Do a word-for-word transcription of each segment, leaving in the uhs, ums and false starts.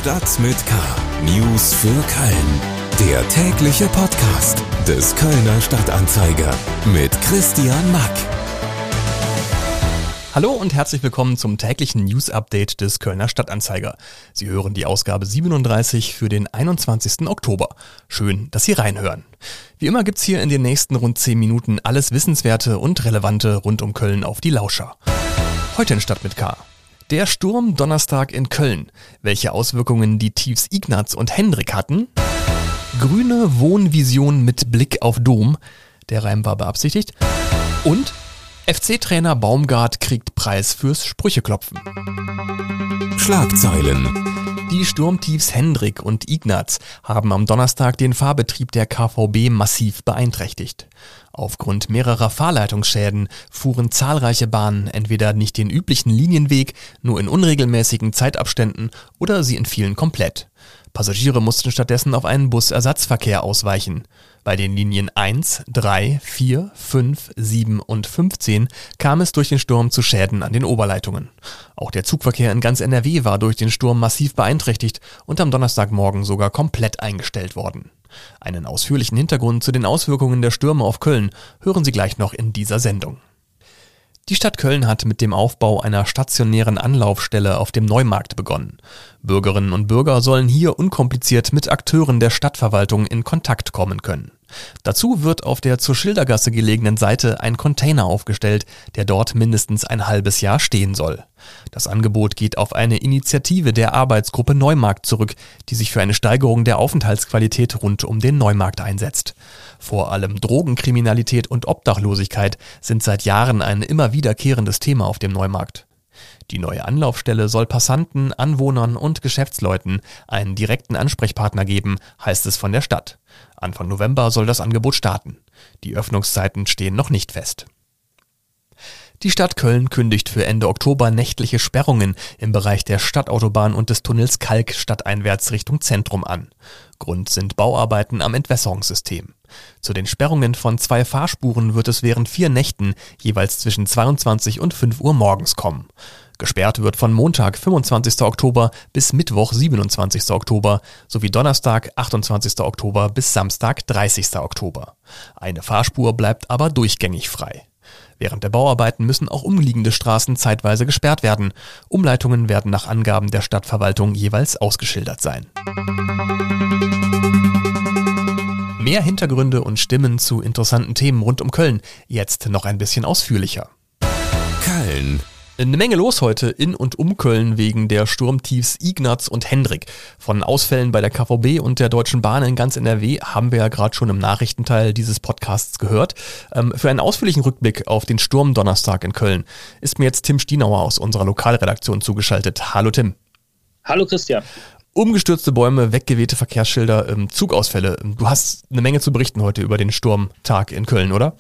Stadt mit K. News für Köln. Der tägliche Podcast des Kölner Stadtanzeiger mit Christian Mack. Hallo und herzlich willkommen zum täglichen News-Update des Kölner Stadtanzeiger. Sie hören die Ausgabe siebenunddreißig für den einundzwanzigsten Oktober. Schön, dass Sie reinhören. Wie immer gibt's hier in den nächsten rund zehn Minuten alles Wissenswerte und Relevante rund um Köln auf die Lauscher. Heute in Stadt mit K. Der Sturm Donnerstag in Köln. Welche Auswirkungen die Tiefs Ignaz und Hendrik hatten? Grüne Wohnvision mit Blick auf Dom. Der Reim war beabsichtigt. Und F C-Trainer Baumgart kriegt Preis fürs Sprücheklopfen. Schlagzeilen. Die Sturmtiefs Hendrik und Ignaz haben am Donnerstag den Fahrbetrieb der K V B massiv beeinträchtigt. Aufgrund mehrerer Fahrleitungsschäden fuhren zahlreiche Bahnen entweder nicht den üblichen Linienweg, nur in unregelmäßigen Zeitabständen oder sie entfielen komplett. Passagiere mussten stattdessen auf einen Busersatzverkehr ausweichen. Bei den Linien eins, drei, vier, fünf, sieben und fünfzehn kam es durch den Sturm zu Schäden an den Oberleitungen. Auch der Zugverkehr in ganz N R W war durch den Sturm massiv beeinträchtigt und am Donnerstagmorgen sogar komplett eingestellt worden. Einen ausführlichen Hintergrund zu den Auswirkungen der Stürme auf Köln hören Sie gleich noch in dieser Sendung. Die Stadt Köln hat mit dem Aufbau einer stationären Anlaufstelle auf dem Neumarkt begonnen. Bürgerinnen und Bürger sollen hier unkompliziert mit Akteuren der Stadtverwaltung in Kontakt kommen können. Dazu wird auf der zur Schildergasse gelegenen Seite ein Container aufgestellt, der dort mindestens ein halbes Jahr stehen soll. Das Angebot geht auf eine Initiative der Arbeitsgruppe Neumarkt zurück, die sich für eine Steigerung der Aufenthaltsqualität rund um den Neumarkt einsetzt. Vor allem Drogenkriminalität und Obdachlosigkeit sind seit Jahren ein immer wiederkehrendes Thema auf dem Neumarkt. Die neue Anlaufstelle soll Passanten, Anwohnern und Geschäftsleuten einen direkten Ansprechpartner geben, heißt es von der Stadt. Anfang November soll das Angebot starten. Die Öffnungszeiten stehen noch nicht fest. Die Stadt Köln kündigt für Ende Oktober nächtliche Sperrungen im Bereich der Stadtautobahn und des Tunnels Kalk stadteinwärts Richtung Zentrum an. Grund sind Bauarbeiten am Entwässerungssystem. Zu den Sperrungen von zwei Fahrspuren wird es während vier Nächten jeweils zwischen zweiundzwanzig und fünf Uhr morgens kommen. Gesperrt wird von Montag, fünfundzwanzigsten Oktober bis Mittwoch, siebenundzwanzigsten Oktober sowie Donnerstag, achtundzwanzigsten Oktober bis Samstag, dreißigsten Oktober. Eine Fahrspur bleibt aber durchgängig frei. Während der Bauarbeiten müssen auch umliegende Straßen zeitweise gesperrt werden. Umleitungen werden nach Angaben der Stadtverwaltung jeweils ausgeschildert sein. Mehr Hintergründe und Stimmen zu interessanten Themen rund um Köln, jetzt noch ein bisschen ausführlicher. Köln. Eine Menge los heute in und um Köln wegen der Sturmtiefs Ignaz und Hendrik. Von Ausfällen bei der K V B und der Deutschen Bahn in ganz N R W haben wir ja gerade schon im Nachrichtenteil dieses Podcasts gehört. Ähm, für einen ausführlichen Rückblick auf den Sturm Donnerstag in Köln ist mir jetzt Tim Stienauer aus unserer Lokalredaktion zugeschaltet. Hallo Tim. Hallo Christian. Umgestürzte Bäume, weggewehte Verkehrsschilder, ähm, Zugausfälle. Du hast eine Menge zu berichten heute über den Sturmtag in Köln, oder?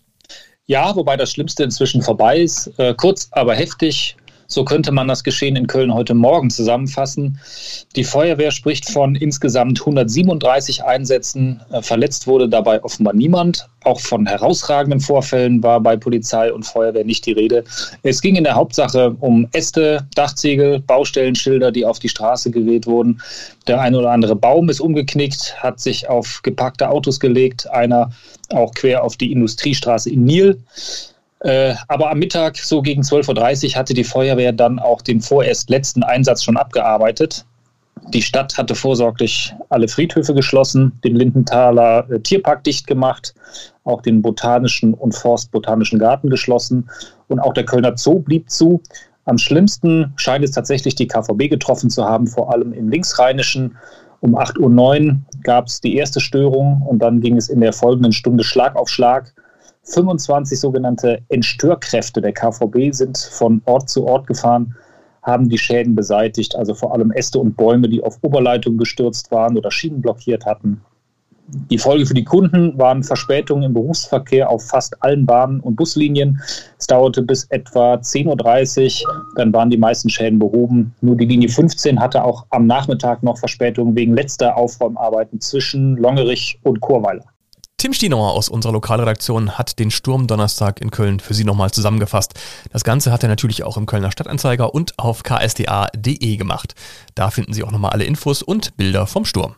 Ja, wobei das Schlimmste inzwischen vorbei ist. Äh, kurz, aber heftig. So könnte man das Geschehen in Köln heute Morgen zusammenfassen. Die Feuerwehr spricht von insgesamt hundertsiebenunddreißig Einsätzen. Äh, verletzt wurde dabei offenbar niemand. Auch von herausragenden Vorfällen war bei Polizei und Feuerwehr nicht die Rede. Es ging in der Hauptsache um Äste, Dachziegel, Baustellenschilder, die auf die Straße geweht wurden. Der ein oder andere Baum ist umgeknickt, hat sich auf geparkte Autos gelegt, einer auch quer auf die Industriestraße in Nil. Äh, aber am Mittag, so gegen zwölf Uhr dreißig, hatte die Feuerwehr dann auch den vorerst letzten Einsatz schon abgearbeitet. Die Stadt hatte vorsorglich alle Friedhöfe geschlossen, den Lindenthaler äh, Tierpark dicht gemacht, auch den Botanischen und Forstbotanischen Garten geschlossen und auch der Kölner Zoo blieb zu. Am schlimmsten scheint es tatsächlich die K V B getroffen zu haben, vor allem im Linksrheinischen. Um acht Uhr neun gab es die erste Störung und dann ging es in der folgenden Stunde Schlag auf Schlag. fünfundzwanzig sogenannte Entstörkräfte der K V B sind von Ort zu Ort gefahren, haben die Schäden beseitigt, also vor allem Äste und Bäume, die auf Oberleitungen gestürzt waren oder Schienen blockiert hatten. Die Folge für die Kunden waren Verspätungen im Berufsverkehr auf fast allen Bahnen und Buslinien. Es dauerte bis etwa zehn Uhr dreißig, dann waren die meisten Schäden behoben. Nur die Linie fünfzehn hatte auch am Nachmittag noch Verspätungen wegen letzter Aufräumarbeiten zwischen Longerich und Chorweiler. Tim Stienauer aus unserer Lokalredaktion hat den Sturm-Donnerstag in Köln für Sie nochmal zusammengefasst. Das Ganze hat er natürlich auch im Kölner Stadtanzeiger und auf k s d a punkt d e gemacht. Da finden Sie auch nochmal alle Infos und Bilder vom Sturm.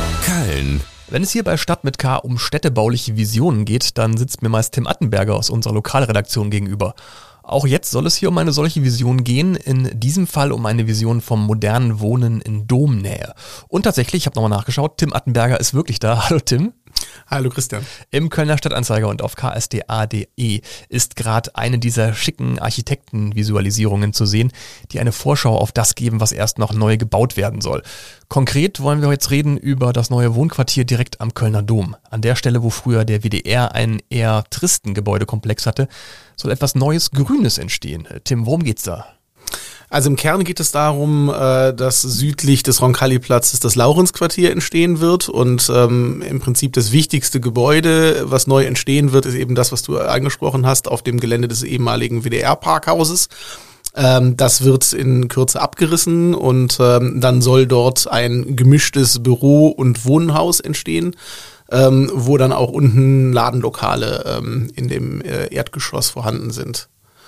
Köln. Wenn es hier bei Stadt mit K um städtebauliche Visionen geht, dann sitzt mir meist Tim Attenberger aus unserer Lokalredaktion gegenüber. Auch jetzt soll es hier um eine solche Vision gehen, in diesem Fall um eine Vision vom modernen Wohnen in Domnähe. Und tatsächlich, ich habe nochmal nachgeschaut, Tim Attenberger ist wirklich da. Hallo Tim. Hallo Christian. Im Kölner Stadtanzeiger und auf k s d a punkt d e ist gerade eine dieser schicken Architektenvisualisierungen zu sehen, die eine Vorschau auf das geben, was erst noch neu gebaut werden soll. Konkret wollen wir jetzt reden über das neue Wohnquartier direkt am Kölner Dom. An der Stelle, wo früher der W D R einen eher tristen Gebäudekomplex hatte, soll etwas Neues Grünes entstehen. Tim, worum geht's da? Also im Kern geht es darum, dass südlich des Roncalli-Platzes das Laurenzquartier entstehen wird und ähm, im Prinzip das wichtigste Gebäude, was neu entstehen wird, ist eben das, was du angesprochen hast, auf dem Gelände des ehemaligen W D R-Parkhauses. Ähm, das wird in Kürze abgerissen und ähm, dann soll dort ein gemischtes Büro- und Wohnhaus entstehen, ähm, wo dann auch unten Ladenlokale ähm, in dem äh, Erdgeschoss vorhanden sind.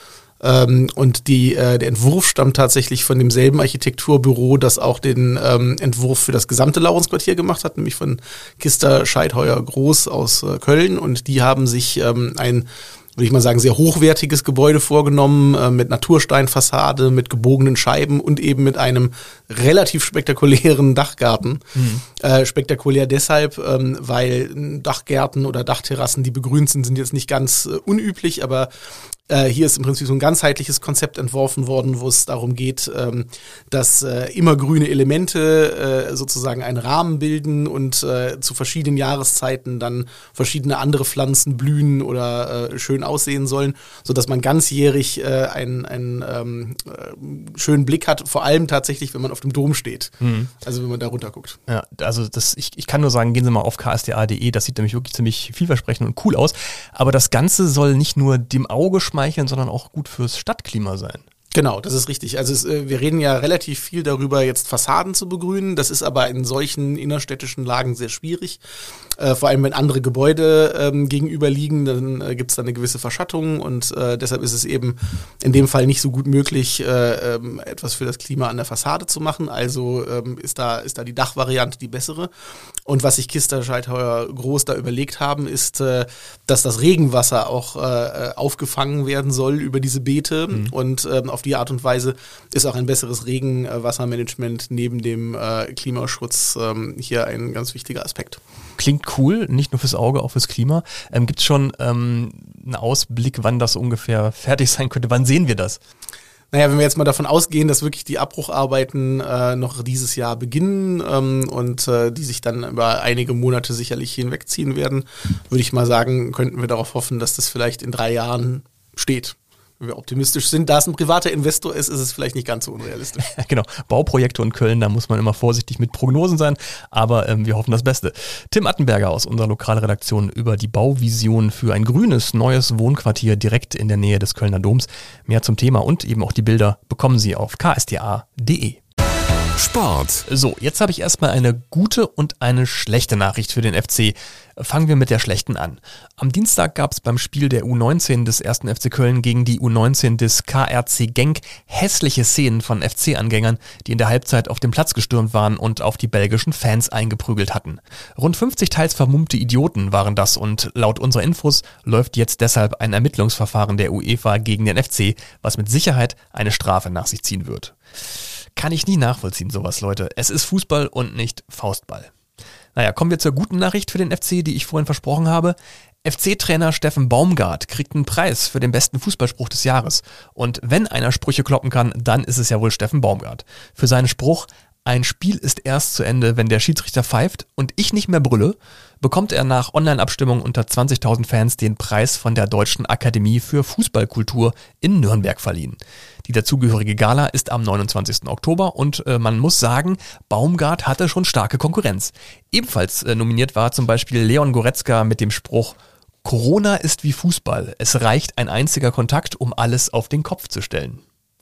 Ähm, und die, äh, der Entwurf stammt tatsächlich von demselben Architekturbüro, das auch den ähm, Entwurf für das gesamte Laurenzquartier gemacht hat, nämlich von Kister Scheidheuer Groß aus äh, Köln. Und die haben sich ähm, ein, würde ich mal sagen, sehr hochwertiges Gebäude vorgenommen, äh, mit Natursteinfassade, mit gebogenen Scheiben und eben mit einem relativ spektakulären Dachgarten. Mhm. Äh, spektakulär deshalb, ähm, weil Dachgärten oder Dachterrassen, die begrünt sind, sind jetzt nicht ganz äh, unüblich, aber Äh, hier ist im Prinzip so ein ganzheitliches Konzept entworfen worden, wo es darum geht, ähm, dass äh, immergrüne Elemente äh, sozusagen einen Rahmen bilden und äh, zu verschiedenen Jahreszeiten dann verschiedene andere Pflanzen blühen oder äh, schön aussehen sollen, sodass man ganzjährig äh, einen, einen ähm, äh, schönen Blick hat, vor allem tatsächlich, wenn man auf dem Dom steht, mhm. also wenn man da runter guckt. Ja, also das, ich, ich kann nur sagen, gehen Sie mal auf k s d a punkt d e, das sieht nämlich wirklich ziemlich vielversprechend und cool aus, aber das Ganze soll nicht nur dem Auge schmeicheln, sondern auch gut fürs Stadtklima sein. Genau, das ist richtig. Also es, wir reden ja relativ viel darüber, jetzt Fassaden zu begrünen. Das ist aber in solchen innerstädtischen Lagen sehr schwierig. Äh, vor allem, wenn andere Gebäude ähm, gegenüber liegen, dann äh, gibt es da eine gewisse Verschattung und äh, deshalb ist es eben in dem Fall nicht so gut möglich, äh, ähm, etwas für das Klima an der Fassade zu machen. Also ähm, ist da ist da die Dachvariante die bessere. Und was sich Kister Scheidheuer Groß da überlegt haben, ist, äh, dass das Regenwasser auch äh, aufgefangen werden soll über diese Beete mhm. und ähm, auf die Art und Weise ist auch ein besseres Regenwassermanagement neben dem äh, Klimaschutz ähm, hier ein ganz wichtiger Aspekt. Klingt cool, nicht nur fürs Auge, auch fürs Klima. Ähm, gibt es schon ähm, einen Ausblick, wann das ungefähr fertig sein könnte? Wann sehen wir das? Naja, wenn wir jetzt mal davon ausgehen, dass wirklich die Abbrucharbeiten äh, noch dieses Jahr beginnen ähm, und äh, die sich dann über einige Monate sicherlich hinwegziehen werden, würde ich mal sagen, könnten wir darauf hoffen, dass das vielleicht in drei Jahren steht. Wenn wir optimistisch sind, da es ein privater Investor ist, ist es vielleicht nicht ganz so unrealistisch. Genau, Bauprojekte und Köln, da muss man immer vorsichtig mit Prognosen sein, aber ähm, wir hoffen das Beste. Tim Attenberger aus unserer Lokalredaktion über die Bauvision für ein grünes, neues Wohnquartier direkt in der Nähe des Kölner Doms. Mehr zum Thema und eben auch die Bilder bekommen Sie auf k s d a punkt d e. Sport. So, jetzt habe ich erstmal eine gute und eine schlechte Nachricht für den F C. Fangen wir mit der schlechten an. Am Dienstag gab es beim Spiel der U neunzehn des ersten F C Köln gegen die U neunzehn des K R C Genk hässliche Szenen von F C-Angängern, die in der Halbzeit auf den Platz gestürmt waren und auf die belgischen Fans eingeprügelt hatten. Rund fünfzig teils vermummte Idioten waren das und laut unserer Infos läuft jetzt deshalb ein Ermittlungsverfahren der UEFA gegen den F C, was mit Sicherheit eine Strafe nach sich ziehen wird. Kann ich nie nachvollziehen, sowas, Leute. Es ist Fußball und nicht Faustball. Naja, kommen wir zur guten Nachricht für den F C, die ich vorhin versprochen habe. F C-Trainer Steffen Baumgart kriegt einen Preis für den besten Fußballspruch des Jahres. Und wenn einer Sprüche kloppen kann, dann ist es ja wohl Steffen Baumgart. Für seinen Spruch, ein Spiel ist erst zu Ende, wenn der Schiedsrichter pfeift und ich nicht mehr brülle, bekommt er nach Online-Abstimmung unter zwanzigtausend Fans den Preis von der Deutschen Akademie für Fußballkultur in Nürnberg verliehen. Die dazugehörige Gala ist am neunundzwanzigsten Oktober und äh, man muss sagen, Baumgart hatte schon starke Konkurrenz. Ebenfalls äh, nominiert war zum Beispiel Leon Goretzka mit dem Spruch: Corona ist wie Fußball, es reicht ein einziger Kontakt, um alles auf den Kopf zu stellen.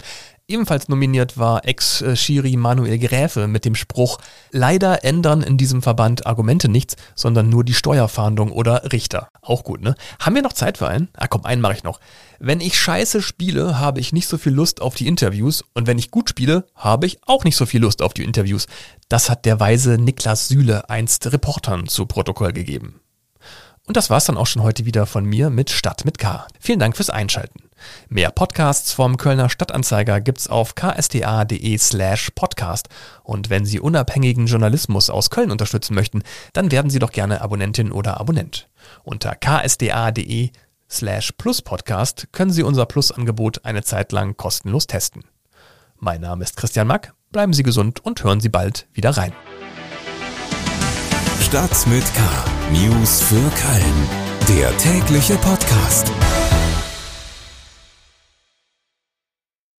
Ebenfalls nominiert war Ex-Schiri Manuel Gräfe mit dem Spruch: Leider ändern in diesem Verband Argumente nichts, sondern nur die Steuerfahndung oder Richter. Auch gut, ne? Haben wir noch Zeit für einen? Ah komm, einen mache ich noch. Wenn ich scheiße spiele, habe ich nicht so viel Lust auf die Interviews, und wenn ich gut spiele, habe ich auch nicht so viel Lust auf die Interviews. Das hat der weise Niklas Süle einst Reportern zu Protokoll gegeben. Und das war's dann auch schon heute wieder von mir mit Stadt mit K. Vielen Dank fürs Einschalten. Mehr Podcasts vom Kölner Stadtanzeiger gibt's auf ksta.de slash podcast. Und wenn Sie unabhängigen Journalismus aus Köln unterstützen möchten, dann werden Sie doch gerne Abonnentin oder Abonnent. Unter ksta.de slash plus podcast können Sie unser Plus-Angebot eine Zeit lang kostenlos testen. Mein Name ist Christian Mack. Bleiben Sie gesund und hören Sie bald wieder rein. Stadt mit K. News für Köln. Der tägliche Podcast.